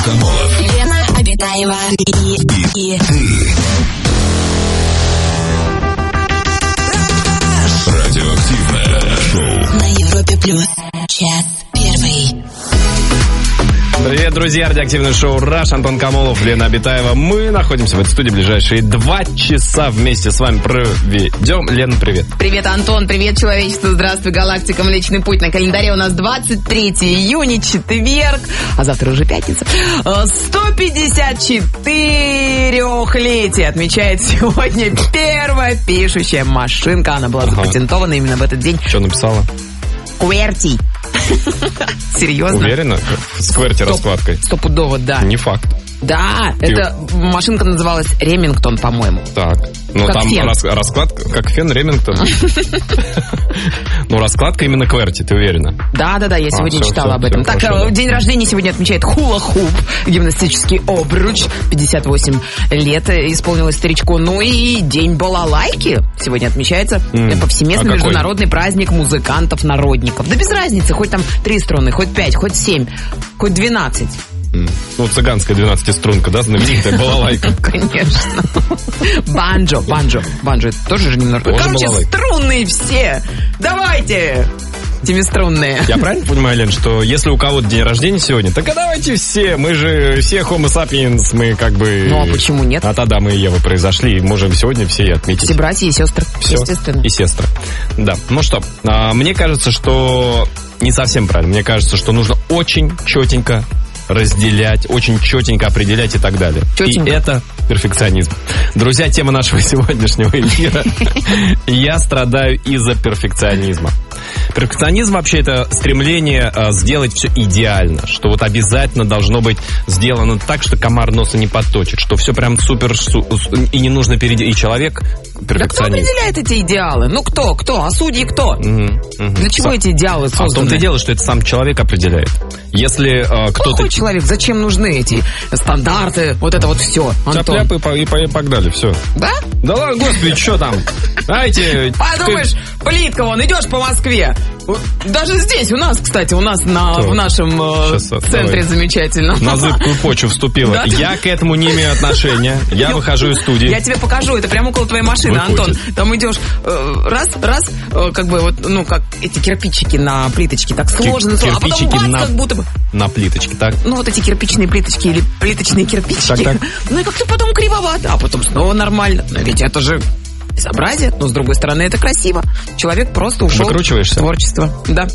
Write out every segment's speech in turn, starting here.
Камолов. Лена Обитаева и ты. Радиоактивное шоу На Европе Плюс. Час первый. Привет, друзья, радиоактивное шоу «Раш», Антон Камолов, Лена Обитаева. Мы находимся в этой студии ближайшие 2 часа вместе с вами проведем. Лена, привет. Привет, Антон, привет, человечество, здравствуй, галактика, Млечный Путь. На календаре у нас 23 июня, четверг, а завтра уже пятница. 154-летие отмечает сегодня первая пишущая машинка. Она была запатентована именно в этот день. Что написала? QWERTY. Серьезно? Уверена? С QWERTY раскладкой? Стопудово, да. Не факт. Да, эта машинка называлась Ремингтон, по-моему. Так, ну как там раскладка, как фен Ремингтон. Ну, раскладка именно QWERTY, ты уверена? Да, я сегодня читала об этом. Так, день рождения сегодня отмечает хула-хуп, гимнастический обруч, 58 лет исполнилось старичку. Ну и день балалайки сегодня отмечается, повсеместный международный праздник музыкантов-народников. Да без разницы, хоть там 3 струны, хоть 5, хоть 7, хоть 12. Ну, цыганская 12-струнка, да, знаменитая балалайка. Конечно. Банджо это тоже же немножко. Короче, струнные все. Давайте. Семиструнные. Я правильно понимаю, Лен, что если у кого-то день рождения сегодня, так давайте все. Мы же все Homo sapiens, мы как бы... Ну, а почему нет? От Адама и Евы произошли, и можем сегодня все и отметить. Все братья и сестры, все. Естественно. И сестры. Да. Ну что, мне кажется, что не совсем правильно. Мне кажется, что нужно очень четенько разделять, очень четенько определять и так далее. Четенько. И это перфекционизм. Друзья, тема нашего сегодняшнего эфира. Я страдаю из-за перфекционизма. Перфекционизм вообще это стремление сделать все идеально, что вот обязательно должно быть сделано так, что комар носа не подточит, что все прям супер и не нужно переделать. И человек перфекционист. Да кто определяет эти идеалы? Ну кто? А судьи кто? Для чего эти идеалы созданы? А в том-то и дело, что это сам человек определяет. Если кто-то... Плохой человек, зачем нужны эти стандарты, вот это вот все, Антон? Тяп-ляп и погнали, все. Да? Да ладно, господи, что там? Знаете... Подумаешь, плитка, вон, идешь по Москве. Даже здесь, у нас, кстати, в нашем центре замечательно. На зыбкую почву вступила. Да? Я к этому не имею отношения. Я выхожу из студии. Я тебе покажу, это прямо около твоей машины, Антон. Там идешь раз, как бы вот, ну, как эти кирпичики на плиточке, так сложно, а потом бац, как будто бы... На плиточке, так? Ну, вот эти кирпичные плиточки или плиточные кирпичики. Так. Ну, и как-то потом кривовато, а потом снова нормально. Но ведь это же... безобразие, но с другой стороны это красиво. Человек просто ушел в творчество. Да.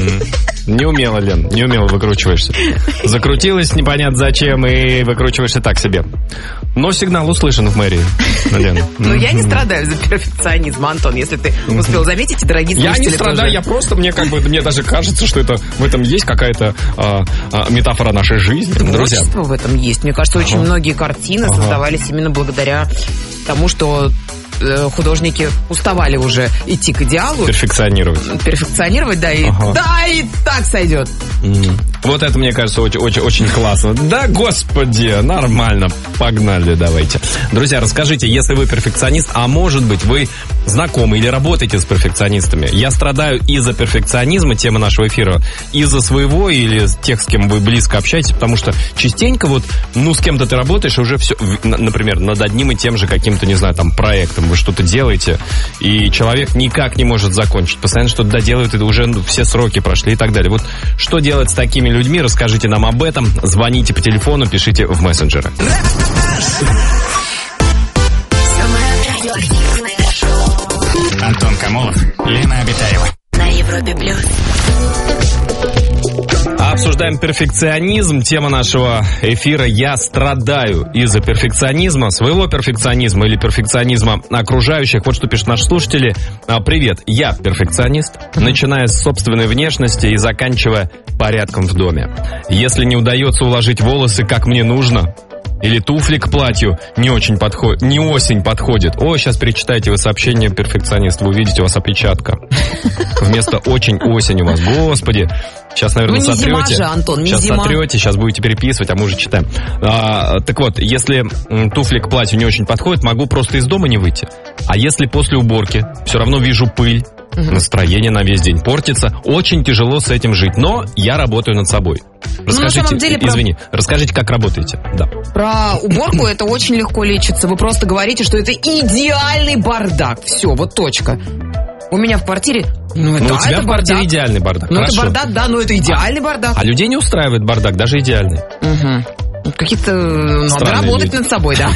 Неумело, Лен, неумело выкручиваешься. Закрутилась непонятно зачем и выкручиваешься так себе. Но сигнал услышан в мэрии, Лен. Ну я не страдаю за перфекционизм, Антон, если ты успел заметить, и дорогие слушатели. Я не страдаю, я просто, мне даже кажется, что это в этом есть какая-то метафора нашей жизни. Творчество в этом есть. Мне кажется, очень многие картины создавались именно благодаря тому, что художники уставали уже идти к идеалу. Перфекционировать, да, и так сойдет. Вот это, мне кажется, очень классно. Да, господи, нормально. Погнали, давайте. Друзья, расскажите, если вы перфекционист, а может быть, вы знакомы или работаете с перфекционистами. Я страдаю из-за перфекционизма, тема нашего эфира, из-за своего или тех, с кем вы близко общаетесь, потому что частенько вот, с кем-то ты работаешь, и уже все, например, над одним и тем же каким-то, не знаю, там, проектом вы что-то делаете, и человек никак не может закончить. Постоянно что-то доделают, и уже все сроки прошли и так далее. Вот что делать с такими людьми, расскажите нам об этом. Звоните по телефону, пишите в мессенджеры. Антон Камолов, Лена Обитаева. На Европе Плюс. Обсуждаем перфекционизм. Тема нашего эфира «Я страдаю из-за перфекционизма», своего перфекционизма или перфекционизма окружающих. Вот что пишут наши слушатели. Привет, я перфекционист, начиная с собственной внешности и заканчивая порядком в доме. Если не удается уложить волосы, как мне нужно, или туфли к платью не очень подходит, не осень подходит. Сейчас перечитайте вы сообщение перфекциониста, вы увидите, у вас опечатка. Вместо очень осень у вас. Господи. Сейчас, наверное, сотрете. Зима же, Антон, не сейчас зима. Сотрете, сейчас будете переписывать, а мы уже читаем. Так вот, если туфли к платью не очень подходят, могу просто из дома не выйти. А если после уборки все равно вижу пыль Настроение на весь день портится. Очень тяжело с этим жить. Но я работаю над собой. Расскажите, на самом деле, расскажите, как работаете. Да. Про уборку это очень легко лечится. Вы просто говорите, что это идеальный бардак. Все, вот точка. У меня в квартире... у тебя в квартире идеальный бардак. Это бардак, да, но это идеальный бардак. А людей не устраивает бардак, даже идеальный. Какие-то... Надо работать над собой, да.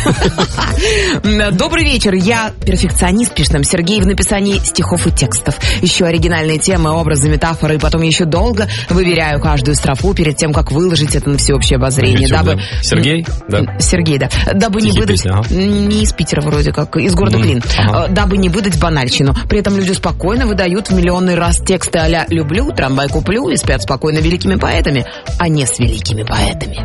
Добрый вечер. Я перфекционист, пишет нам Сергей, в написании стихов и текстов. Ищу оригинальные темы, образы, метафоры, и потом еще долго выверяю каждую строфу перед тем, как выложить это на всеобщее обозрение. Сергей? Да. Сергей, да. Дабы не выдать... Не из Питера вроде как, из города Клин. Дабы не выдать банальщину. При этом люди спокойно выдают в миллионный раз тексты а-ля «люблю», «трамвай куплю» и спят спокойно великими поэтами, а не с великими поэтами.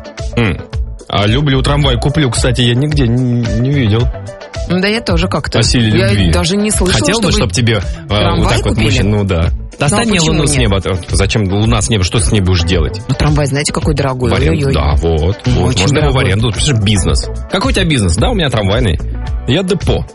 А «люблю, трамвай куплю», кстати, я нигде не видел. Да я тоже как-то. О силе любви. Я даже не слышала, хотел бы, чтобы тебе вот так вот мужчина, да. Достань мне луну с неба. Зачем луна с неба? Что ты с ней будешь делать? Трамвай, знаете, какой дорогой. В аренду, да, вот. Можно его в аренду. Это бизнес. Какой у тебя бизнес? Да, у меня трамвайный. Я депо.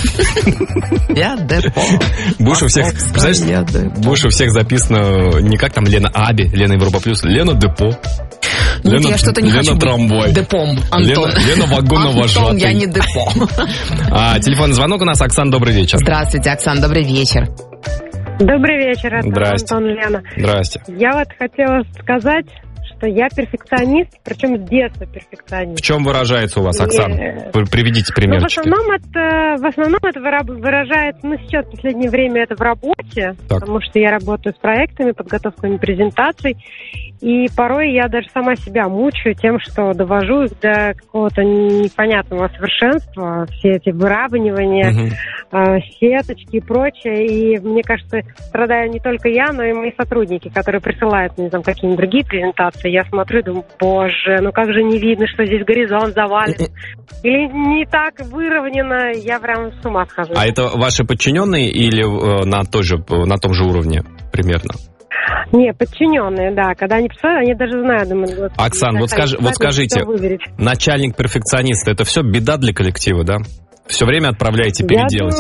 Я депо. Будешь у всех, знаешь, будешь у всех записано не как там Лена Аби, Лена Европа Плюс, Лена депо. Нет, я что-то не хочу трамвай. Быть депом, Антон. Лена вагоновожатый. Антон, я не депо. Телефонный звонок у нас. Оксан, добрый вечер. Здравствуйте, Оксан, добрый вечер. Добрый вечер, это Здрасте. Антон, Лена. Здрасте. Я вот хотела сказать, что я перфекционист, причем с детства перфекционист. В чем выражается у вас, Оксан? Приведите примерчики. В основном это выражается, сейчас в последнее время это в работе, потому что я работаю с проектами, подготовками презентаций, и порой я даже сама себя мучаю тем, что довожу их до какого-то непонятного совершенства, все эти выравнивания, сеточки и прочее, и мне кажется, страдаю не только я, но и мои сотрудники, которые присылают мне там какие-нибудь другие презентации. Я смотрю и думаю, боже, ну как же не видно, что здесь горизонт завален. Или не так выровнено, я прям с ума схожу. А это ваши подчиненные или на том же уровне примерно? Не, подчиненные, да. Когда они присылают, они даже знают. Думаю, Оксан, вот скажите, начальник-перфекционист, это все беда для коллектива, да? Все время отправляете переделать?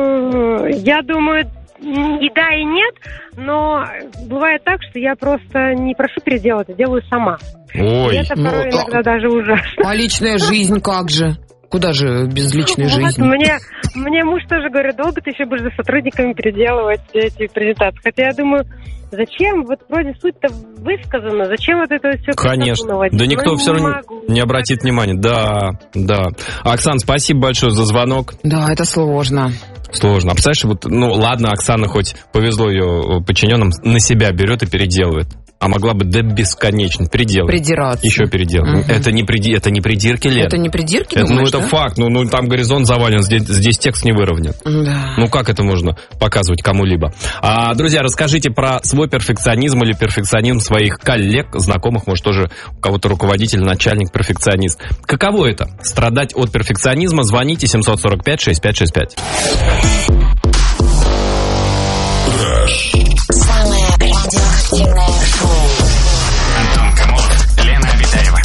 Я думаю, и да, и нет, но бывает так, что я просто не прошу переделать, а делаю сама. Ой. И это порой иногда даже ужасно. А личная жизнь как же? Куда же без личной жизни? Мне муж тоже говорит, долго ты еще будешь за сотрудниками переделывать эти презентации. Хотя я думаю, зачем? Вот вроде суть-то высказана, зачем вот это все? Конечно, да никто все равно не обратит внимания. Да. Оксан, спасибо большое за звонок. Да, это сложно. Сложно. А представляешь, ладно, Оксана хоть повезло ее подчиненным, на себя берет и переделывает. А могла бы до бесконечно переделать. Придираться. Еще переделать. Угу. Это не придирки, Лен. Это не придирки, думаешь, это факт. Там горизонт завален, здесь текст не выровнен. Да. Как это можно показывать кому-либо? Друзья, расскажите про свой перфекционизм или перфекционизм своих коллег, знакомых, может, тоже у кого-то руководитель, начальник, перфекционист. Каково это? Страдать от перфекционизма? Звоните 745-6565. Самое радиоактивное шоу. Антон Камолов, Лена Обитаева.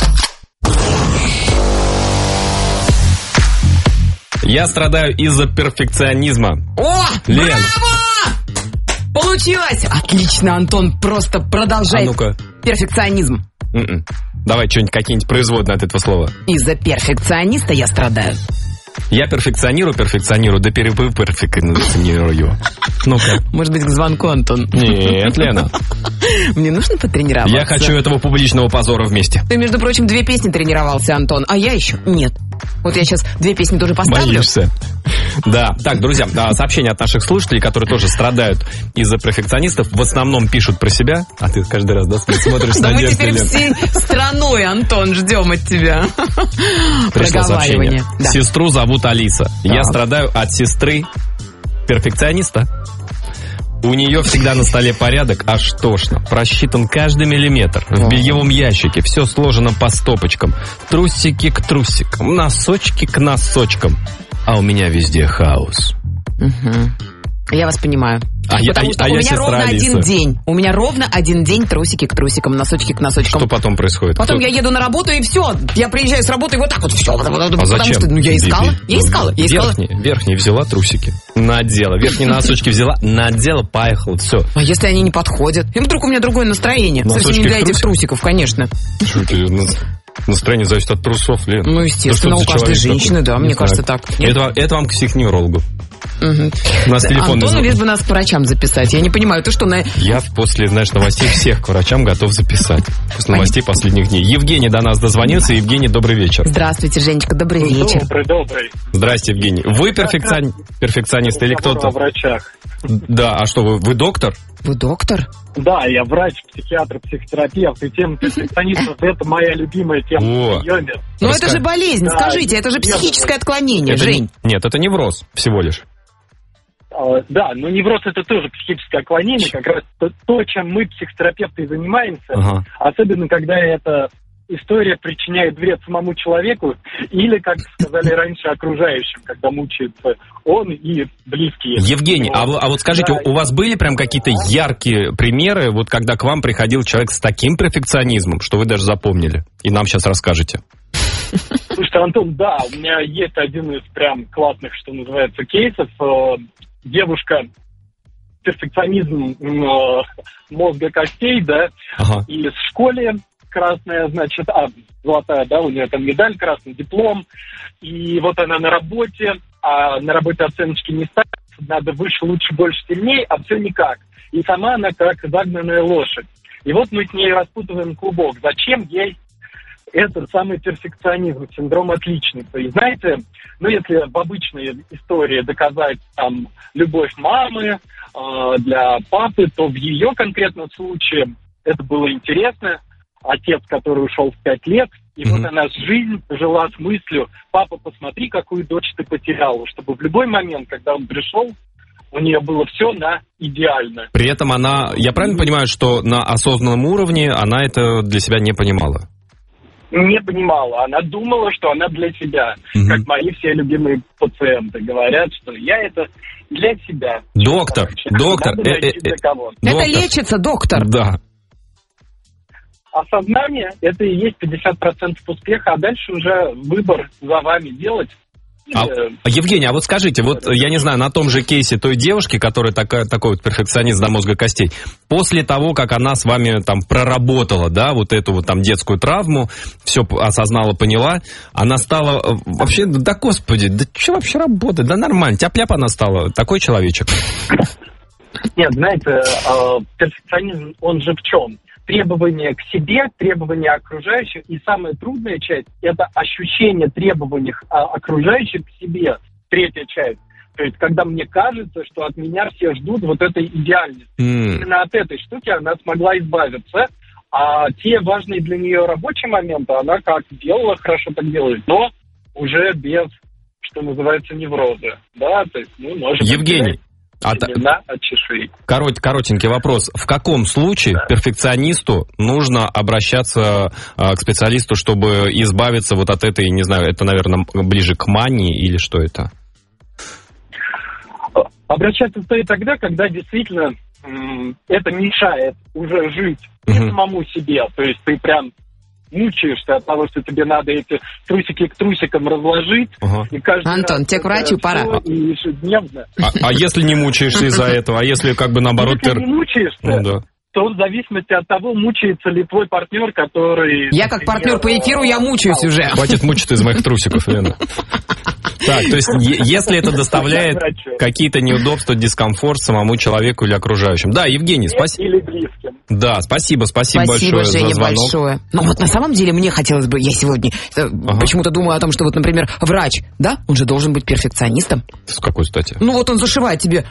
Я страдаю из-за перфекционизма. О, Лен. браво! Получилось! Отлично, Антон, просто продолжай. Ну-ка. Перфекционизм. Давай что-нибудь, какие-нибудь производные от этого слова. Из-за перфекциониста я страдаю. Я перфекционирую, да перфекционирую. Ну-ка. Может быть, к звонку, Антон? Нет, Лена. Мне нужно потренироваться. Я хочу этого публичного позора вместе. Ты, между прочим, 2 песни тренировался, Антон, а я еще нет. Вот я сейчас 2 песни тоже поставлю. Боишься? Да. Так, друзья, сообщения от наших слушателей, которые тоже страдают из-за перфекционистов, в основном пишут про себя. А ты каждый раз, смотришь с надеждой. Да мы теперь всей страной, Антон, ждем от тебя. Пришло сообщение. Сестру зовут Алиса. Я страдаю от сестры перфекциониста. У нее всегда на столе порядок, аж тошно. Просчитан каждый миллиметр. В бельевом ящике все сложено по стопочкам. Трусики к трусикам, носочки к носочкам. А у меня везде хаос. Я вас понимаю. Потому что у меня ровно один день. У меня ровно один день трусики к трусикам, носочки к носочкам. Что потом происходит? Потом я еду на работу, и все. Я приезжаю с работы, и вот так вот все. А зачем? Что, я искала. Верхние взяла трусики. Надела. Верхние носочки взяла, надела, поехала. Все. А если они не подходят? И вдруг у меня другое настроение. Совсем не для этих трусиков, конечно. Настроение зависит от трусов, Лен. Ну, естественно, у каждой женщины, да, мне кажется, так. Это вам к психоневрологу. Антону лишь бы нас к врачам записать. Я не понимаю, ты что на... Я после, новостей всех к врачам готов записать. После новостей последних дней. Евгений до нас дозвонился. Евгений, добрый вечер. Здравствуйте, Женечка, добрый вечер. Добрый. Здрасте, Евгений. Вы перфекционист или кто-то? О врачах. Да, а что, вы доктор? Вы доктор? Да, я врач, психиатр, психотерапевт, и тема перфекционизма — это моя любимая тема. Но это же болезнь, скажите, это же психическое отклонение, Жень. Нет, это невроз всего лишь. Да, но невроз — это тоже психическое отклонение, как раз то, чем мы, психотерапевты, и занимаемся, особенно когда эта история причиняет вред самому человеку или, как сказали раньше, окружающим, когда мучается он и близкие. Евгений, а вот скажите, у вас были прям какие-то яркие примеры, вот когда к вам приходил человек с таким перфекционизмом, что вы даже запомнили, и нам сейчас расскажете? Слушайте, Антон, да, у меня есть один из прям классных, что называется, кейсов. Девушка, перфекционизм мозга костей, да, и в школе красная, значит, золотая, да, у нее там медаль, красный диплом, и вот она на работе, а на работе оценочки не ставят, надо выше, лучше, больше, сильнее, а все никак. И сама она как загнанная лошадь. И вот мы с ней распутываем клубок. Зачем ей этот самый перфекционизм, синдром отличницы? И знаете, если в обычной истории доказать там любовь мамы для папы, то в ее конкретном случае это было интересно. Отец, который ушел в 5 лет, и вот она жизнь жила с мыслью: папа, посмотри, какую дочь ты потеряла, чтобы в любой момент, когда он пришел, у нее было все на идеально. При этом она, я правильно понимаю, что на осознанном уровне она это для себя не понимала? Не понимала. Она думала, что она для себя. Как мои все любимые пациенты говорят, что я это для себя. Доктор. Это лечится, доктор. Да. Осознание – это и есть 50% успеха, а дальше уже выбор за вами делать. Евгений, а вот скажите, вот я не знаю, на том же кейсе той девушки, которая такой вот перфекционист до мозга костей, после того, как она с вами там проработала, да, вот эту вот там детскую травму, все осознала, поняла, она стала вообще, да господи, да что вообще работает, да нормально, тяп-ляп она стала, такой человечек. Нет, знаете, перфекционизм, он же в чем? Требования к себе, требования окружающих, и самая трудная часть – это ощущение требований окружающих к себе, третья часть. То есть, когда мне кажется, что от меня все ждут вот этой идеальности. Именно от этой штуки она смогла избавиться, а те важные для нее рабочие моменты она как делала, хорошо так делает, но уже без, что называется, невроза. Да, то есть, может Евгений. Коротенький вопрос. В каком случае перфекционисту нужно обращаться к специалисту, чтобы избавиться вот от этой, не знаю, это, наверное, ближе к мании или что это? Обращаться стоит тогда, когда действительно это мешает уже жить не самому себе. То есть ты прям мучаешься от того, что тебе надо эти трусики к трусикам разложить. И Антон, тебе к врачу пора. И ежедневно. А если не мучаешься из-за этого? А если как бы наоборот... Если не мучаешься, то в зависимости от того, мучается ли твой партнер, который... Я как партнер по эфиру, я мучаюсь уже. Хватит мучить из моих трусиков, Лена. Так, то есть, если это доставляет какие-то неудобства, дискомфорт самому человеку или окружающим. Да, Евгений, спасибо. Или близким. Да, спасибо большое Женя, за звонок. Большое. Но вот на самом деле мне хотелось бы, я сегодня почему-то думаю о том, что вот, например, врач, да, он же должен быть перфекционистом. С какой стати? Ну вот он зашивает тебе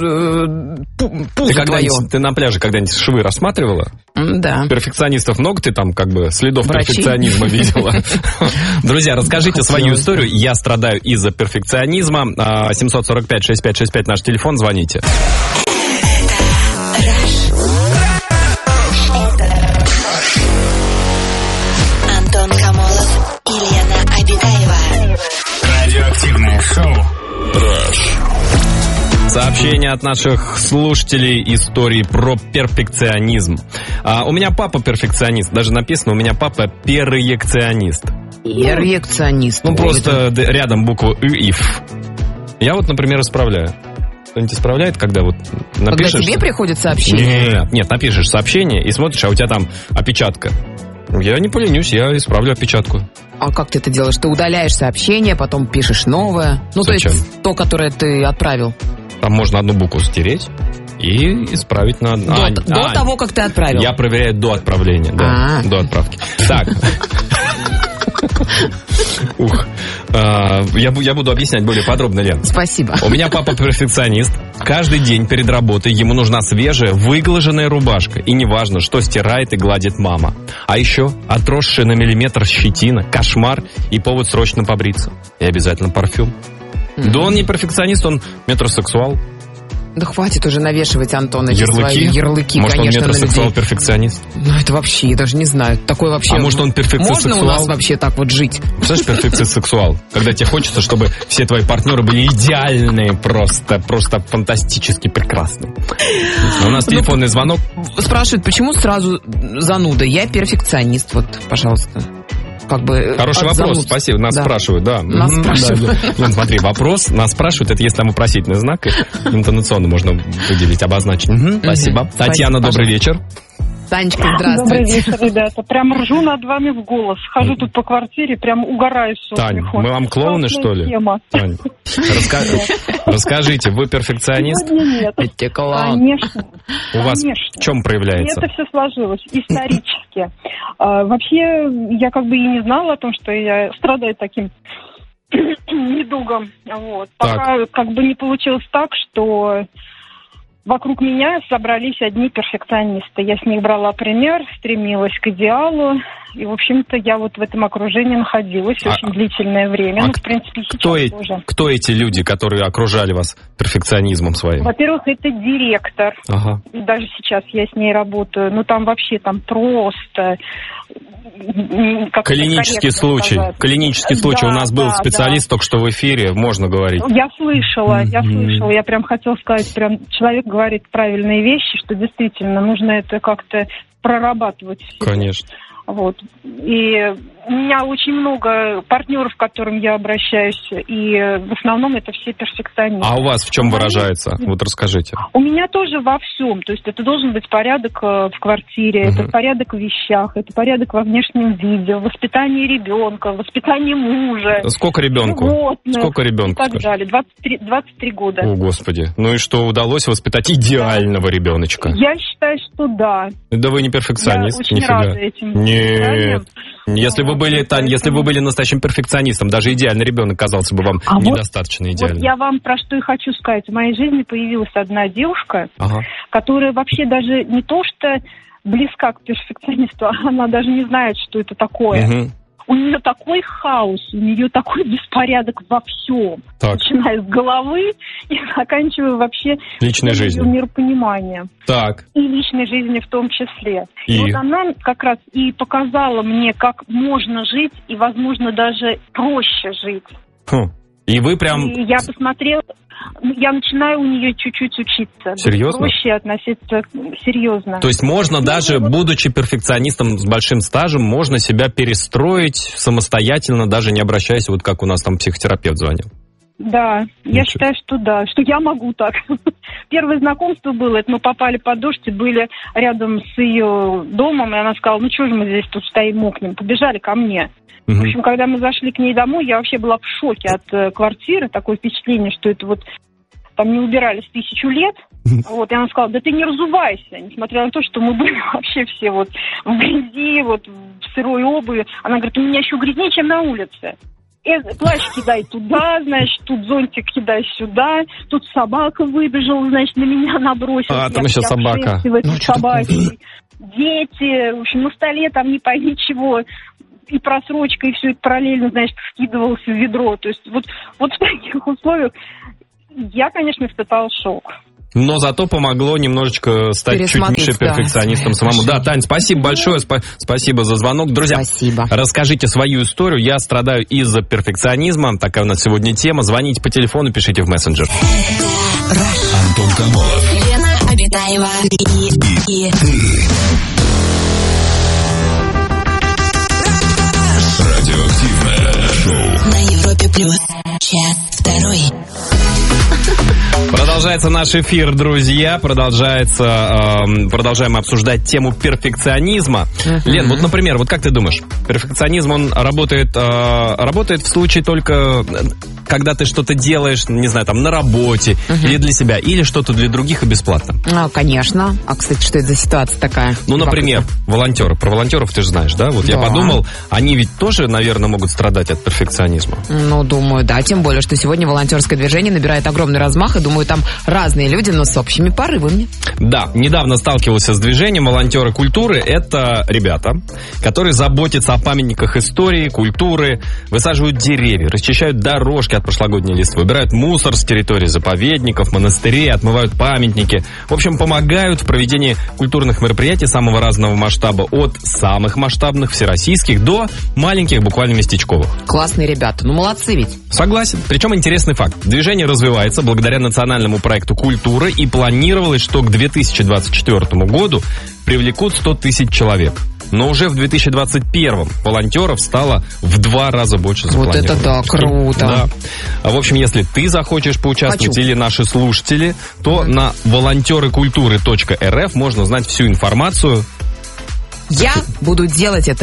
пузо твое. Ты на пляже когда-нибудь швы рассматривала? Да. Перфекционистов много, ты там как бы следов перфекционизма видела. Друзья, расскажите свою историю. Я страдаю из-за перфекционизма. 745-6565 наш телефон, звоните. Антон Камолов и Лена Обедаева. Радиоактивное шоу. Сообщение от наших слушателей, истории про перфекционизм. У меня папа перфекционист. Даже написано, у меня папа перфекционист. Перфекционист. Ну, просто рядом буква «ы» и «ф». Я вот, например, исправляю. Кто-нибудь исправляет, когда вот напишешь... Когда тебе приходит сообщение? Нет, напишешь сообщение и смотришь, а у тебя там опечатка. Я не поленюсь, я исправлю опечатку. А как ты это делаешь? Ты удаляешь сообщение, потом пишешь новое? Ну, Зачем? То есть то, которое ты отправил. Там можно одну букву стереть и исправить на... До того, как ты отправил? Я проверяю до отправления, да, до отправки. Так. Я буду объяснять более подробно, Лен. Спасибо. У меня папа перфекционист. Каждый день перед работой ему нужна свежая, выглаженная рубашка. И неважно, что стирает и гладит мама. А еще отросшая на миллиметр щетина, кошмар и повод срочно побриться. И обязательно парфюм. Да он не перфекционист, он метросексуал. Да хватит уже навешивать, Антон, эти свои ярлыки, может, конечно, он метросексуал-перфекционист? Ну, это вообще, я даже не знаю. Такой вообще... А может, он перфекционист-сексуал? Можно у нас вообще так вот жить? Представляешь, перфекционист-сексуал? Когда тебе хочется, чтобы все твои партнеры были идеальные, просто фантастически прекрасные. У нас телефонный звонок. Спрашивают, почему сразу зануда? Я перфекционист, вот, пожалуйста. Как бы хороший вопрос, спасибо. Нас спрашивают, да. Нас спрашивают. Да. Смотри, вопрос, нас спрашивают, это если там вопросительный знак, интонационно можно выделить, обозначить. Спасибо. Татьяна, добрый вечер. Танечка, здравствуйте. Добрый вечер, ребята. Прям ржу над вами в голос. Хожу тут по квартире, прям угораю с Тань, мы вам клоуны, что ли? Тань, расскажите, вы перфекционист? Нет. Конечно. У вас в чем проявляется? Это все сложилось исторически. Вообще, я как бы и не знала о том, что я страдаю таким недугом. Вот. Пока как бы не получилось так, что... Вокруг меня собрались одни перфекционисты. Я с них брала пример, стремилась к идеалу. И, в общем-то, я вот в этом окружении находилась очень длительное время. Ну, в принципе, сейчас тоже. Кто эти люди, которые окружали вас перфекционизмом своим? Во-первых, это директор. Ага. Даже сейчас я с ней работаю. Ну, там вообще там просто... Клинический случай. Клинический случай. У нас был специалист только что в эфире, можно говорить. Я слышала. Я прям хотела сказать, прям человек говорит правильные вещи, что действительно нужно это как-то прорабатывать. Конечно. Вот. И у меня очень много партнеров, к которым я обращаюсь, и в основном это все перфекционисты. А у вас в чем выражается? Вот расскажите. У меня тоже во всем. То есть это должен быть порядок в квартире, это порядок в вещах, это порядок во внешнем виде, воспитание ребенка, воспитание мужа. Сколько ребенку? Животных, сколько ребенку? И так далее. 23 года. О, Господи. Ну и что, удалось воспитать идеального ребеночка? Я считаю, что да. Да вы не перфекционист. Я очень рада этим. Нет. Если вы были, Тань, если вы были настоящим перфекционистом, даже идеальный ребенок казался бы вам недостаточно идеальным. Вот я вам про что и хочу сказать. В моей жизни появилась одна девушка, которая вообще даже не то что близка к перфекционисту, она даже не знает, что это такое. У нее такой хаос, у нее такой беспорядок во всем. Так. Начиная с головы и заканчивая вообще личной жизнью, миропониманием. Так. И личной жизни в том числе. И вот она как раз и показала мне, как можно жить и, возможно, даже проще жить. И вы прям... И я посмотрела... Я начинаю у нее чуть-чуть учиться. Серьезно? Проще относиться серьезно. То есть можно даже, будучи перфекционистом с большим стажем, можно себя перестроить самостоятельно, даже не обращаясь, вот как у нас там психотерапевт звонил? Да, я считаю, что да, что я могу так. Первое знакомство было, это мы попали под дождь и были рядом с ее домом, и она сказала, ну что же мы здесь тут стоим, мокнем, побежали ко мне. В общем, когда мы зашли к ней домой, я вообще была в шоке от квартиры. Такое впечатление, что это вот там не убирались 1000 лет. Вот, и она сказала, да ты не разувайся. Несмотря на то, что мы были вообще все вот в грязи, вот в сырой обуви. Она говорит, у меня еще грязнее, чем на улице. Плащ кидай туда, значит, тут зонтик кидай сюда. Тут собака выбежала, значит, на меня набросилась. Там еще собака. Дети, в общем, на столе там не пойми чего. И просрочка, и все это параллельно, значит, скидывалось в ведро. То есть вот в таких условиях я, конечно, испытала шок. Но зато помогло немножечко стать чуть меньше перфекционистом самому. Да, Тань, спасибо большое, спасибо за звонок. Друзья, расскажите свою историю. Я страдаю из-за перфекционизма. Такая у нас сегодня тема. Звоните по телефону, пишите в мессенджер. Антон Камолов, Лена Обитаева и Радиоактивное шоу на Европе плюс. Час второй. Продолжается наш эфир, друзья. Продолжаем обсуждать тему перфекционизма. Лен, вот, например, вот как ты думаешь, перфекционизм, он работает в случае только, когда ты что-то делаешь, не знаю, там, на работе, или для себя, или что-то для других и бесплатно? Конечно. А, кстати, что это за ситуация такая? Ну, например, волонтеры. Про волонтеров ты же знаешь, да? Вот да. Я подумал, они ведь тоже, наверное, могут страдать от перфекционизма. Ну, думаю, да. Тем более, что сегодня волонтерское движение набирает огромный размах, и, думаю, там разные люди, но с общими порывами. Да, недавно сталкивался с движением «Волонтеры культуры». Это ребята, которые заботятся о памятниках истории, культуры, высаживают деревья, расчищают дорожки от прошлогодней листвы, убирают мусор с территории заповедников, монастырей, отмывают памятники. В общем, помогают в проведении культурных мероприятий самого разного масштаба, от самых масштабных, всероссийских, до маленьких, буквально местечковых. Классные ребята, ну молодцы ведь. Согласен. Причем интересный факт. Движение развивается благодаря национальному проекту «Культура», и планировалось, что к 2024 году привлекут 100 тысяч человек. Но уже в 2021 волонтеров стало в 2 раза больше запланировано. Вот это да, круто. Да. В общем, если ты захочешь поучаствовать, или наши слушатели, то на волонтерыкультуры.рф можно узнать всю информацию. Я буду делать это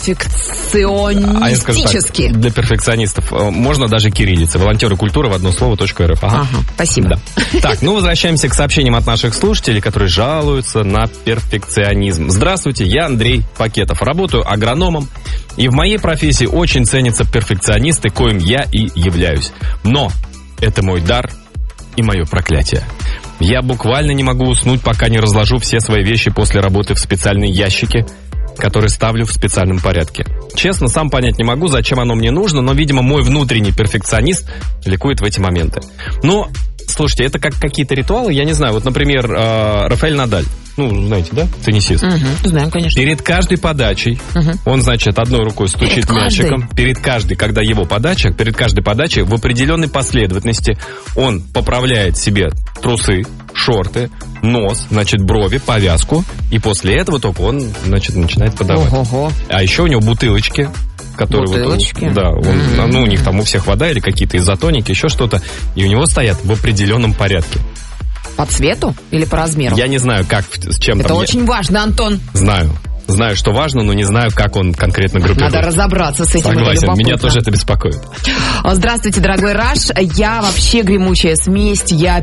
перфекционистически. Для перфекционистов можно даже кириллица. Волонтеры культуры в одно слово .рф. Ага, спасибо. Да. Так, возвращаемся к сообщениям от наших слушателей, которые жалуются на перфекционизм. Здравствуйте, я Андрей Пакетов. Работаю агрономом. И в моей профессии очень ценятся перфекционисты, коим я и являюсь. Но это мой дар и мое проклятие. Я буквально не могу уснуть, пока не разложу все свои вещи после работы в специальные ящики, которые ставлю в специальном порядке. Честно, сам понять не могу, зачем оно мне нужно, но, видимо, мой внутренний перфекционист ликует в эти моменты. Но, слушайте, это как какие-то ритуалы, я не знаю. Вот, например, Рафаэль Надаль. Ну, знаете, да? Теннисист. Знаем, конечно. Перед каждой подачей он, значит, одной рукой стучит мячиком. Перед каждой подачей в определенной последовательности он поправляет себе трусы, шорты, нос, значит, брови, повязку. И после этого только он, значит, начинает подавать. Ого-го. А еще у него бутылочки. Бутылочки? Да, у них там у всех вода или какие-то изотоники, еще что-то. И у него стоят в определенном порядке. По цвету или по размеру? Я не знаю, как, с чем это там. Это очень важно, Антон. Знаю, что важно, но не знаю, как он конкретно группирует. Надо разобраться с этим. Согласен, меня тоже это беспокоит. Здравствуйте, дорогой Раш. Я вообще гремучая смесь. Я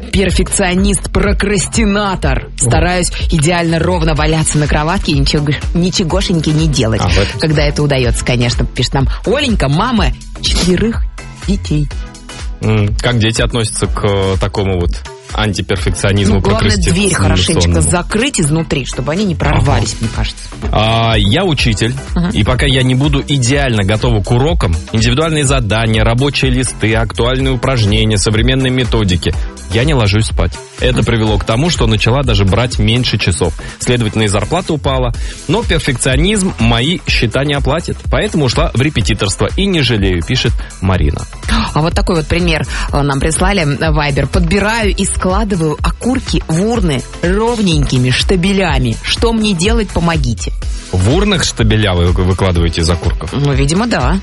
перфекционист-прокрастинатор. Стараюсь идеально ровно валяться на кроватке и ничегошеньки не делать. Когда это удается, конечно, пишет нам Оленька, мама 4 детей. Как дети относятся к такому вот антиперфекционизму, главное, дверь хорошенечко закрыть изнутри, чтобы они не прорвались, мне кажется. Я учитель, и пока я не буду идеально готова к урокам, индивидуальные задания, рабочие листы, актуальные упражнения, современные методики, я не ложусь спать. Это привело к тому, что начала даже брать меньше часов. Следовательно, и зарплата упала. Но перфекционизм мои счета не оплатит. Поэтому ушла в репетиторство. И не жалею, пишет Марина. А вот такой вот пример нам прислали в Viber. Подбираю и складываю окурки в урны ровненькими штабелями. Что мне делать, помогите. В урнах штабеля вы выкладываете из окурков? Ну, видимо, да.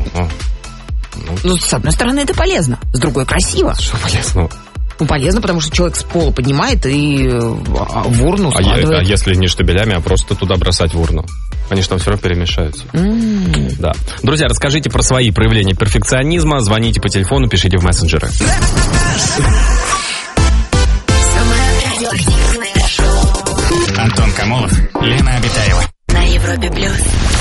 Ну, с одной стороны, это полезно. С другой, красиво. Что полезно? Ну, полезно, потому что человек с пола поднимает и в урну складывает. А если не штабелями, а просто туда бросать в урну? Они же там все равно перемешаются. Да. Друзья, расскажите про свои проявления перфекционизма. Звоните по телефону, пишите в мессенджеры. Антон Камолов, Лена Обитаева. На Европе плюс.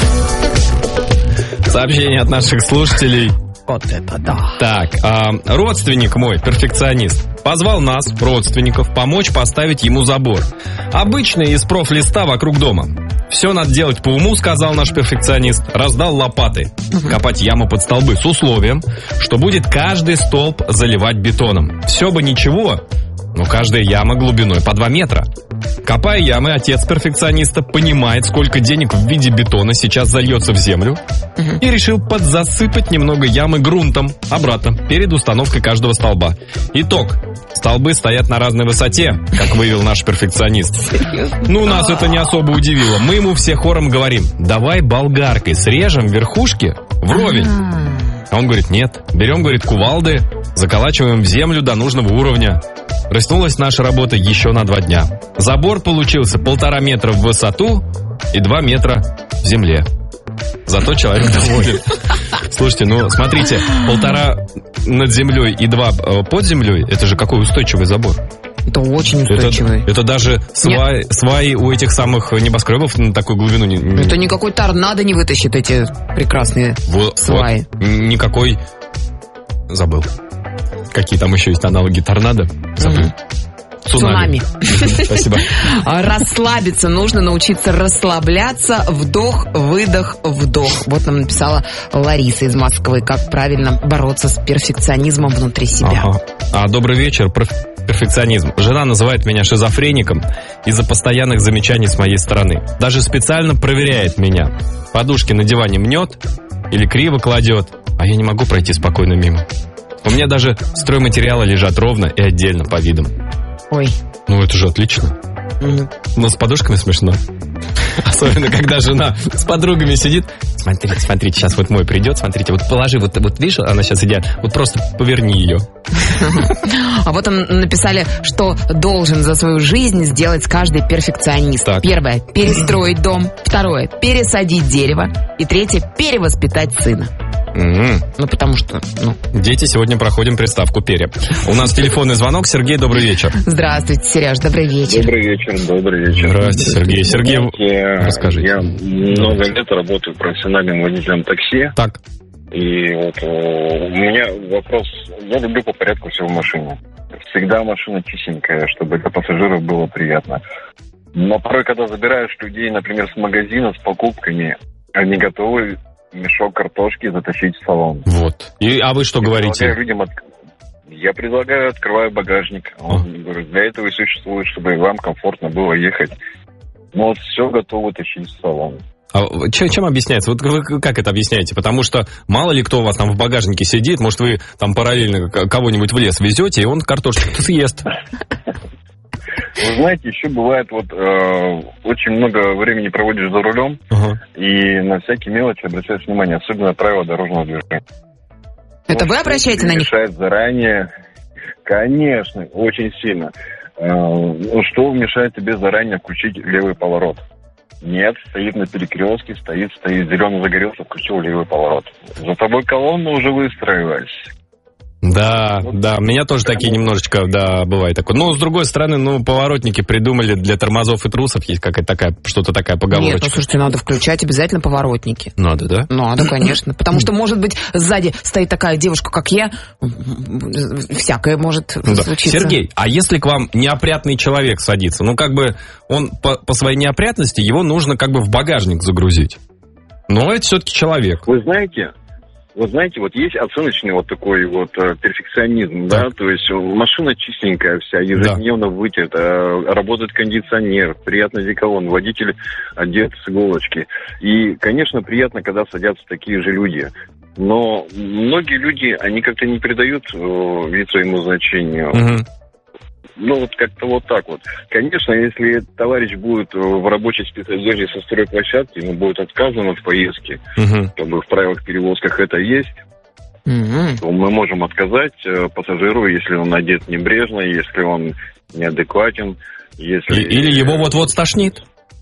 Сообщение от наших слушателей. Вот это да. Так, родственник мой, перфекционист, позвал нас, родственников, помочь поставить ему забор. Обычный из профлиста вокруг дома. Все надо делать по уму, сказал наш перфекционист. Раздал лопаты. Копать яму под столбы с условием, что будет каждый столб заливать бетоном. Все бы ничего, Но каждая яма глубиной по 2 метра. Копая ямы, отец перфекциониста понимает, сколько денег в виде бетона сейчас зальется в землю, и решил подзасыпать немного ямы грунтом обратно, перед установкой каждого столба. Итог. Столбы стоят на разной высоте, как вывел наш перфекционист. Ну, нас это не особо удивило. Мы ему все хором говорим: давай болгаркой срежем верхушки вровень. А он говорит: нет. Берем, говорит, кувалды, заколачиваем в землю до нужного уровня. Растянулась наша работа еще на 2 дня. Забор получился 1,5 метра в высоту и 2 метра в земле. Зато человек доволен. Слушайте, ну смотрите, 1,5 над землей и 2 под землей, это же какой устойчивый забор. Это очень устойчивый. Это даже сваи у этих самых небоскребов на такую глубину не... Это никакой торнадо не вытащит эти прекрасные сваи. Никакой... Забыл. Какие там еще есть аналоги торнадо? Забыл. Цунами. Спасибо. Расслабиться нужно, научиться расслабляться. Вдох, выдох, вдох. Вот нам написала Лариса из Москвы. Как правильно бороться с перфекционизмом внутри себя. Добрый вечер. Перфекционизм. Жена называет меня шизофреником из-за постоянных замечаний с моей стороны. Даже специально проверяет меня. Подушки на диване мнет или криво кладет, а я не могу пройти спокойно мимо. У меня даже стройматериалы лежат ровно и отдельно по видам. Ой. Ну, это же отлично. Но с подушками смешно. Особенно, когда жена с подругами сидит. Смотрите, сейчас вот мой придет, смотрите, вот положи, вот видишь, она сейчас идет, вот просто поверни ее. А вот там написали, что должен за свою жизнь сделать каждый перфекционист. Так. 1. Перестроить дом. 2. Пересадить дерево. И 3. Перевоспитать сына. Ну, потому что... Дети, сегодня проходим приставку «пере». У нас телефонный звонок. Сергей, добрый вечер. Здравствуйте, Сереж, добрый вечер. Добрый вечер. Здравствуйте, Сергей. Сергей, расскажите. Я много лет работаю профессиональным водителем такси. Так. И вот у меня вопрос. Я люблю по порядку все в машине. Всегда машина чистенькая, чтобы для пассажиров было приятно. Но порой, когда забираешь людей, например, с магазина, с покупками, они готовы мешок картошки затащить в салон. Вот. А вы что говорите? Я предлагаю, открываю багажник. Говорю, для этого и существует, чтобы вам комфортно было ехать. Но вот все готово тащить в салон. А чем объясняется? Вот вы как это объясняете? Потому что мало ли кто у вас там в багажнике сидит, может, вы там параллельно кого-нибудь в лес везете, и он картошку съест. Вы знаете, еще бывает, вот очень много времени проводишь за рулем, и на всякие мелочи обращаешь внимание, особенно правила дорожного движения. Это вы обращаете на них? Мешает заранее, конечно, очень сильно. Что мешает тебе заранее включить левый поворот? Нет, стоит на перекрестке, стоит, зеленый загорелся, включил левый поворот. За тобой колонна уже выстроилась. Да, меня тоже такие немножечко, бывает такое. Но, с другой стороны, поворотники придумали для тормозов и трусов, есть какая-то такая, что-то такая поговорочка. Нет, слушайте, надо включать обязательно поворотники. Надо, да? Надо, конечно. Потому что, может быть, сзади стоит такая девушка, как я, всякое может случиться. Сергей, а если к вам неопрятный человек садится, он по своей неопрятности, его нужно в багажник загрузить. Но это все-таки человек. Вы знаете, вот есть оценочный вот такой вот перфекционизм, да, то есть машина чистенькая вся, ежедневно вытерта, работает кондиционер, приятный деколон, водитель одет с иголочки. И, конечно, приятно, когда садятся такие же люди. Но многие люди, они как-то не придают вид своему значению. Как-то вот так вот. Конечно, если товарищ будет в рабочей спецодежде со стройплощадки, ему будет отказано в поездке, в правилах перевозках это есть, то мы можем отказать пассажиру, если он одет небрежно, если он неадекватен, если... Или его вот-вот стошнит.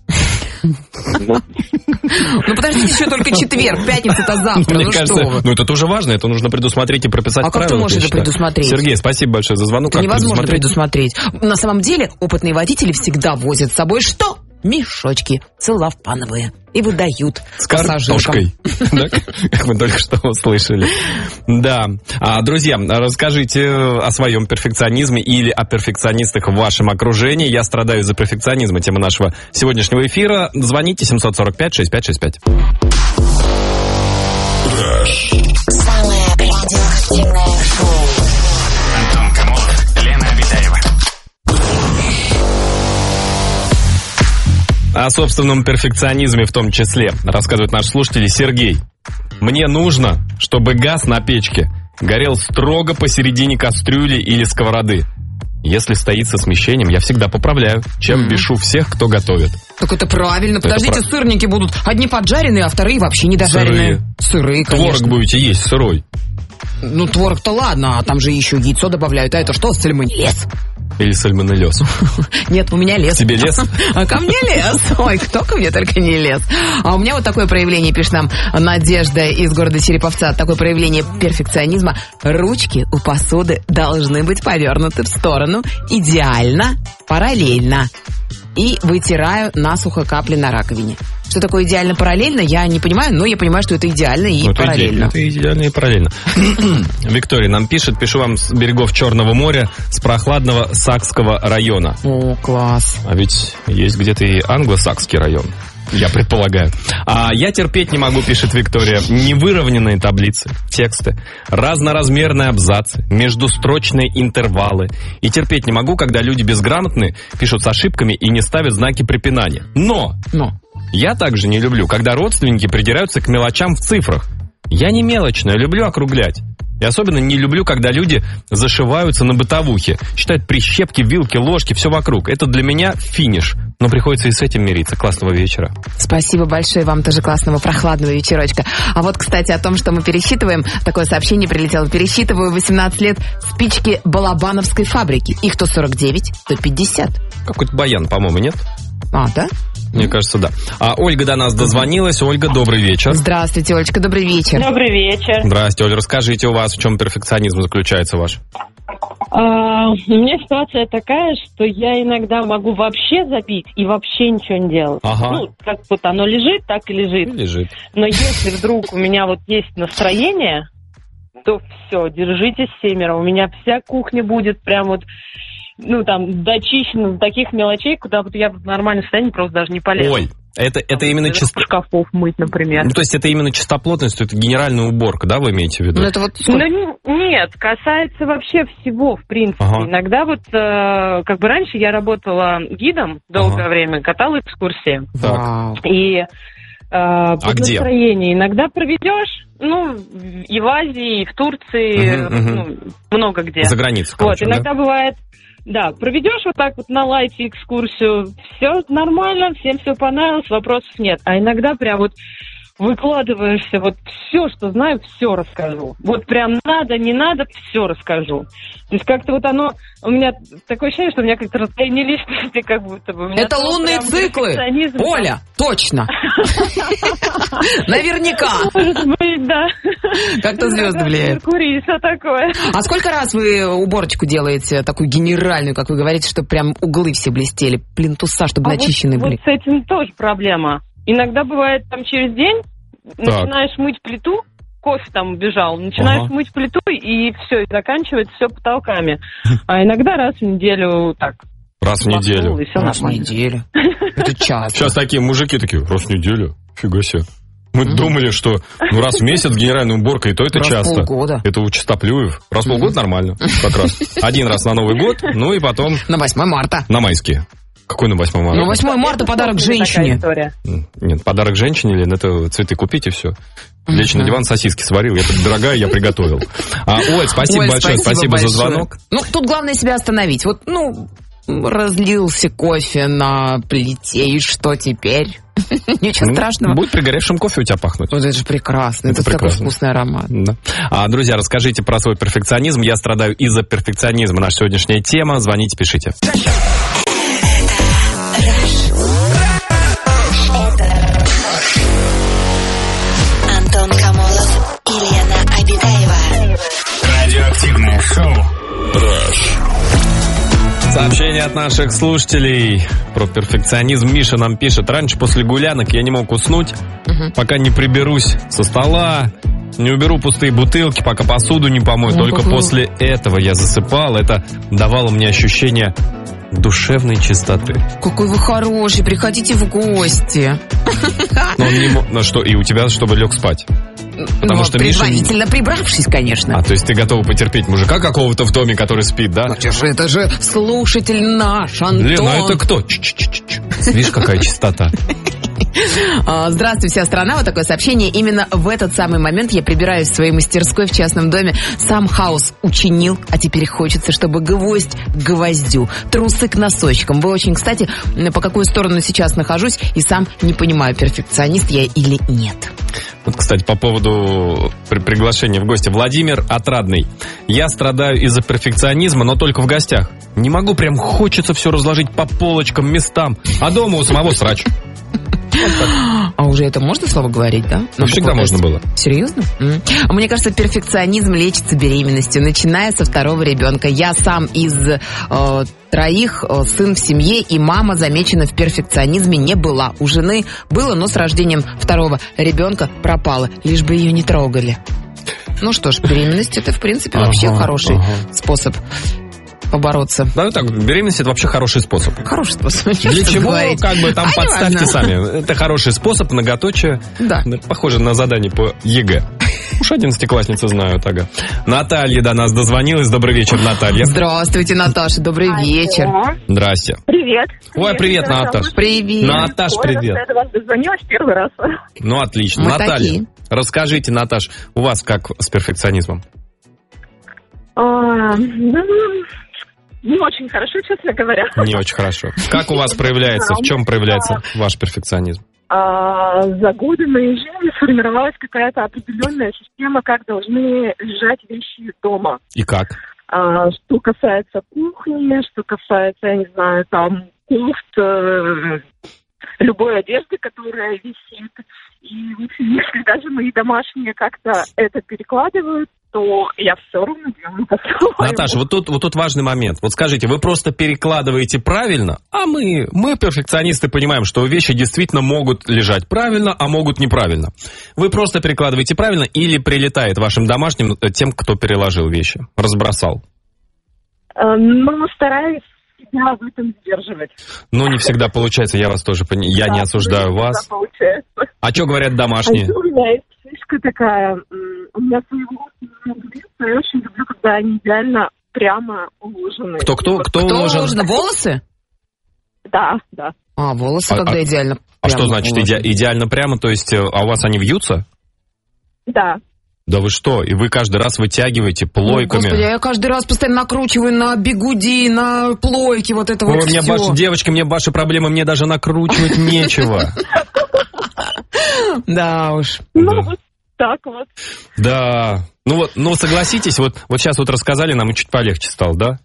Подождите, еще только четверг, пятница-то завтра. Мне кажется, это тоже важно, это нужно предусмотреть и прописать в правилах. А как ты можешь это предусмотреть? Сергей, спасибо большое за звонок. Это невозможно предусмотреть. На самом деле, опытные водители всегда возят с собой что? Мешочки целлофановые. И выдают с картошкой. Как мы только что услышали. Да. Друзья, расскажите о своем перфекционизме или о перфекционистах в вашем окружении. Я страдаю из-за перфекционизма. Тема нашего сегодняшнего эфира. Звоните 745-6565. Самое радиоактивное шоу. Антон Камолов, Лена Обитаева. О собственном перфекционизме в том числе рассказывает наш слушатель Сергей. Мне нужно, чтобы газ на печке горел строго посередине кастрюли или сковороды. Если стоит со смещением, я всегда поправляю, чем бешу всех, кто готовит. Так это правильно. Подождите, сырники будут одни поджаренные, а вторые вообще недожаренные. Сырые, конечно. Творог будете есть сырой. Ну, творог-то ладно, а там же еще яйцо добавляют. А это что, сальмонеллез? Или сальмонеллез? Нет, у меня лес. Тебе лес? А ко мне лес. Ой, кто ко мне только не лез. А у меня вот такое проявление, пишет нам Надежда из города Череповца. Такое проявление перфекционизма. Ручки у посуды должны быть повернуты в сторону идеально, параллельно. И вытираю насухо капли на раковине. Что такое идеально параллельно, я не понимаю, но я понимаю, что это идеально и параллельно. Это идеально и параллельно. Виктория нам пишет, пишу вам с берегов Черного моря, с прохладного Сакского района. О, класс. А ведь есть где-то и англосакский район, я предполагаю. А я терпеть не могу, пишет Виктория, невыровненные таблицы, тексты, разноразмерные абзацы, междустрочные интервалы. И терпеть не могу, когда люди безграмотные пишут с ошибками и не ставят знаки препинания. Но. Я также не люблю, когда родственники придираются к мелочам в цифрах. Я не мелочная, люблю округлять. И особенно не люблю, когда люди зашиваются на бытовухе, считают прищепки, вилки, ложки, все вокруг. Это для меня финиш. Но приходится и с этим мириться. Классного вечера. Спасибо большое, вам тоже классного прохладного вечерочка. А вот, кстати, о том, что мы пересчитываем, такое сообщение прилетело. Пересчитываю 18 лет спички Балабановской фабрики. Их то 49, то 50. Какой-то баян, по-моему, нет? А, да? Мне кажется, да. А Ольга до нас дозвонилась. Ольга, добрый вечер. Здравствуйте, Олечка, добрый вечер. Добрый вечер. Здрасте, Оля, расскажите, у вас в чем перфекционизм заключается ваш? У меня ситуация такая, что я иногда могу вообще забить и вообще ничего не делать. Ага. Ну, как вот оно лежит, так и лежит. Лежит. Но если вдруг у меня вот есть настроение, то все, держитесь семеро. У меня вся кухня будет прям вот... Ну, там, дочищено до таких мелочей, куда вот я в нормальном состоянии просто даже не полезу. Ой, это именно шкафов мыть, например. Ну, то есть это именно чистоплотность, это генеральная уборка, да, вы имеете в виду? Ну, это вот... Нет, касается вообще всего, в принципе. Ага. Иногда вот, как бы раньше я работала гидом долгое время, катала экскурсии. Так. И под где? настроение иногда проведешь, ну, и в Азии, и в Турции, ну, много где. За границей, короче, вот, иногда бывает... Да, проведешь вот так вот на лайте экскурсию, все нормально, всем все понравилось, вопросов нет. А иногда прям вот выкладываешься, вот все, что знаю, все расскажу. Вот прям надо, не надо, все расскажу. То есть как-то вот оно, у меня такое ощущение, что у меня как-то расстояние личности, как будто бы. Это лунные циклы, Оля, точно. Наверняка. Может быть, да. Как-то звезды влияют. Меркурий и все такое. А сколько раз вы уборочку делаете, такую генеральную, как вы говорите, чтобы прям углы все блестели, плинтуса, чтобы начищены были? Вот с этим тоже проблема. Иногда бывает там через день начинаешь мыть плиту, кофе там убежал, начинаешь мыть плиту, и все, и заканчивается все потолками. А иногда раз в неделю так. Раз в неделю. Раз в неделю. Это часто. Сейчас такие мужики такие, раз в неделю, фига себе. Мы думали, что раз в месяц генеральная уборка, и то это раз часто. Раз в полгода. Это у чистоплюев. Раз в полгода нормально, как раз. Один раз на Новый год, ну и потом... На 8 марта. На майские. Какой на 8 марта? Ну, 8 марта подарок женщине. Нет, подарок женщине, Лен, это цветы купить и все. Лечь на диван, сосиски сварил. Я дорогая, я приготовил. Оль, спасибо большое, спасибо за звонок. Ну, тут главное себя остановить. Вот, разлился кофе на плите, и что теперь? Ничего страшного. Будет пригоревшим кофе у тебя пахнуть. Вот это же прекрасно. Это такой вкусный аромат. Да. Друзья, расскажите про свой перфекционизм. Я страдаю из-за перфекционизма. Наша сегодняшняя тема. Звоните, пишите. Антон Камолов и Лена Обедаева. Радиоактивное шоу. Сообщение от наших слушателей про перфекционизм. Миша нам пишет: раньше после гулянок я не мог уснуть, пока не приберусь со стола, не уберу пустые бутылки, пока посуду не помою. Только после этого я засыпал. Это давало мне ощущение душевной чистоты. Какой вы хороший, приходите в гости. Но он не мог, что, и у тебя, чтобы лег спать? Потому что предварительно прибравшись, конечно. То есть ты готова потерпеть мужика какого-то в доме, который спит, да? Это же слушатель наш, Антон. Лена, это кто? Видишь, какая чистота. Здравствуй, вся страна. Вот такое сообщение. Именно в этот самый момент я прибираюсь в своей мастерской в частном доме. Сам хаос учинил, а теперь хочется, чтобы гвоздь к гвоздю, трусы к носочкам. Вы очень, кстати, по какую сторону сейчас нахожусь и сам не понимаю, перфекционист я или нет. Вот, кстати, по поводу приглашения в гости. Владимир Отрадный. Я страдаю из-за перфекционизма, но только в гостях. Не могу, прям хочется все разложить по полочкам, местам. А дома у самого срач. А уже это можно слово говорить, да? Ну, всегда можно было. Серьезно? Мне кажется, перфекционизм лечится беременностью, начиная со второго ребенка. Я сам из троих, сын в семье, и мама замечена в перфекционизме не была. У жены было, но с рождением второго ребенка пропало, лишь бы ее не трогали. Ну что ж, беременность это, в принципе, вообще хороший способ побороться. Да, так, беременность это вообще хороший способ. Хороший способ. Для чего, говорить? Как бы там подставьте сами. Это хороший способ, многоточие. Да. Похоже на задание по ЕГЭ. Уж 11-классницы знают, ага. Наталья до нас дозвонилась. Добрый вечер, Наталья. Здравствуйте, Наташа, добрый вечер. Здрасте. Привет. Ой, привет, Наташ. Привет. Наташ, привет. Я до вас дозвонилась первый раз. Ну, отлично. Мы Наталья, такие. Расскажите, Наташ, у вас как с перфекционизмом? Не очень хорошо, честно говоря. Не очень хорошо. Как у вас проявляется, в чем проявляется ваш перфекционизм? За годы моей жизни сформировалась какая-то определенная система, как должны лежать вещи дома. И как? Что касается кухни, что касается, я не знаю, там, кофт, любой одежды, которая висит. И, в общем, если даже мои домашние как-то это перекладывают, то я все равно делаю по-своему. Наташа, вот тут важный момент. Вот скажите, вы просто перекладываете правильно, а мы перфекционисты, понимаем, что вещи действительно могут лежать правильно, а могут неправильно. Вы просто перекладываете правильно или прилетает вашим домашним тем, кто переложил вещи, разбросал? Ну, стараюсь себя в этом сдерживать. Ну, не всегда получается, я вас тоже понимаю. Я не осуждаю вас. Получается. А что говорят домашние? У меня есть фишка такая. У меня своего я очень люблю, когда они идеально прямо уложены. Кто уложен? Волосы? Да. Волосы когда идеально прямо. А что значит идеально прямо? То есть, а у вас они вьются? Да. Да вы что? И вы каждый раз вытягиваете плойками? Господи, я каждый раз постоянно накручиваю на бигуди, на плойки, вот это вот все. Девочки, мне ваши проблемы, мне даже накручивать нечего. Да уж. Ну, вот так вот. Да. Ну согласитесь, вот сейчас вот рассказали нам, и чуть полегче стало, да?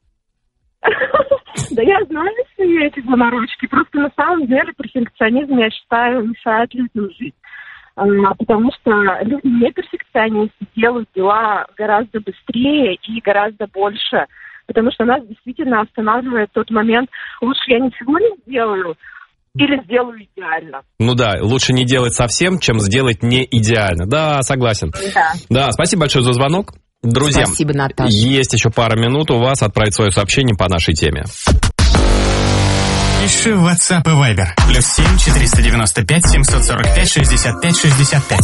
Да я знаю все эти заморочки. Просто на самом деле перфекционизм, я считаю, мешает людям жить. Потому что люди не перфекционисты, делают дела гораздо быстрее и гораздо больше. Потому что нас действительно останавливает тот момент, лучше я ничего не сделаю или сделаю идеально. Ну да, лучше не делать совсем, чем сделать не идеально. Да, согласен. Да, спасибо большое за звонок. Друзья, спасибо, Наташа. Есть еще пара минут у вас отправить свое сообщение по нашей теме. Пиши в WhatsApp и Viber. +7 495 745 65 65.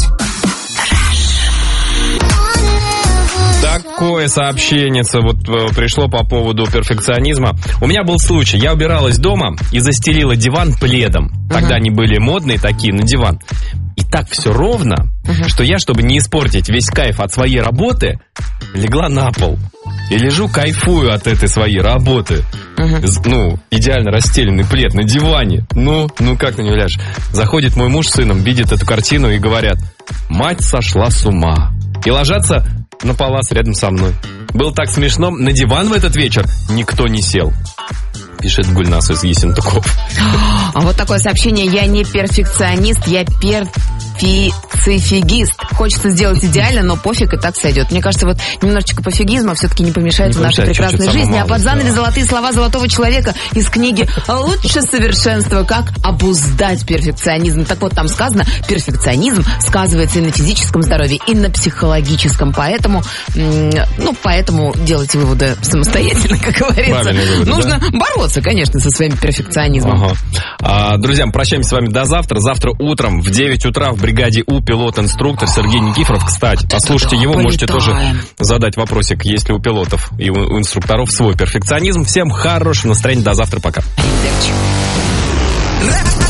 Такое сообщение вот пришло по поводу перфекционизма. У меня был случай. Я убиралась дома и застелила диван пледом. Тогда они были модные такие, на диван. И так все ровно, что я, чтобы не испортить весь кайф от своей работы, легла на пол. И лежу, кайфую от этой своей работы. Ну, идеально расстеленный плед на диване. Ну, как на него ляжешь? Заходит мой муж с сыном, видит эту картину и говорят: мать сошла с ума. И ложатся на палас рядом со мной. Было так смешно. На диван в этот вечер никто не сел. Пишет Гульнас из Ессентуков. А вот такое сообщение. Я не перфекционист, я перфицифигист. Хочется сделать идеально, но пофиг, и так сойдет. Мне кажется, вот немножечко пофигизма все-таки не помешает в нашей прекрасной жизни. А под занавес золотые слова золотого человека из книги «Лучше совершенства. Как обуздать перфекционизм». Так вот, там сказано, перфекционизм сказывается и на физическом здоровье, и на психологическом. Поэтому делайте выводы самостоятельно, как говорится. Нужно бороться, конечно, со своим перфекционизмом. Друзья, мы прощаемся с вами до завтра. Завтра утром в 9 утра в бригаде У пилот-инструктор Сергей Никифоров. Кстати, послушайте его, можете тоже задать вопросик, есть ли у пилотов и у инструкторов свой перфекционизм. Всем хорошего настроения, до завтра, пока. рэп.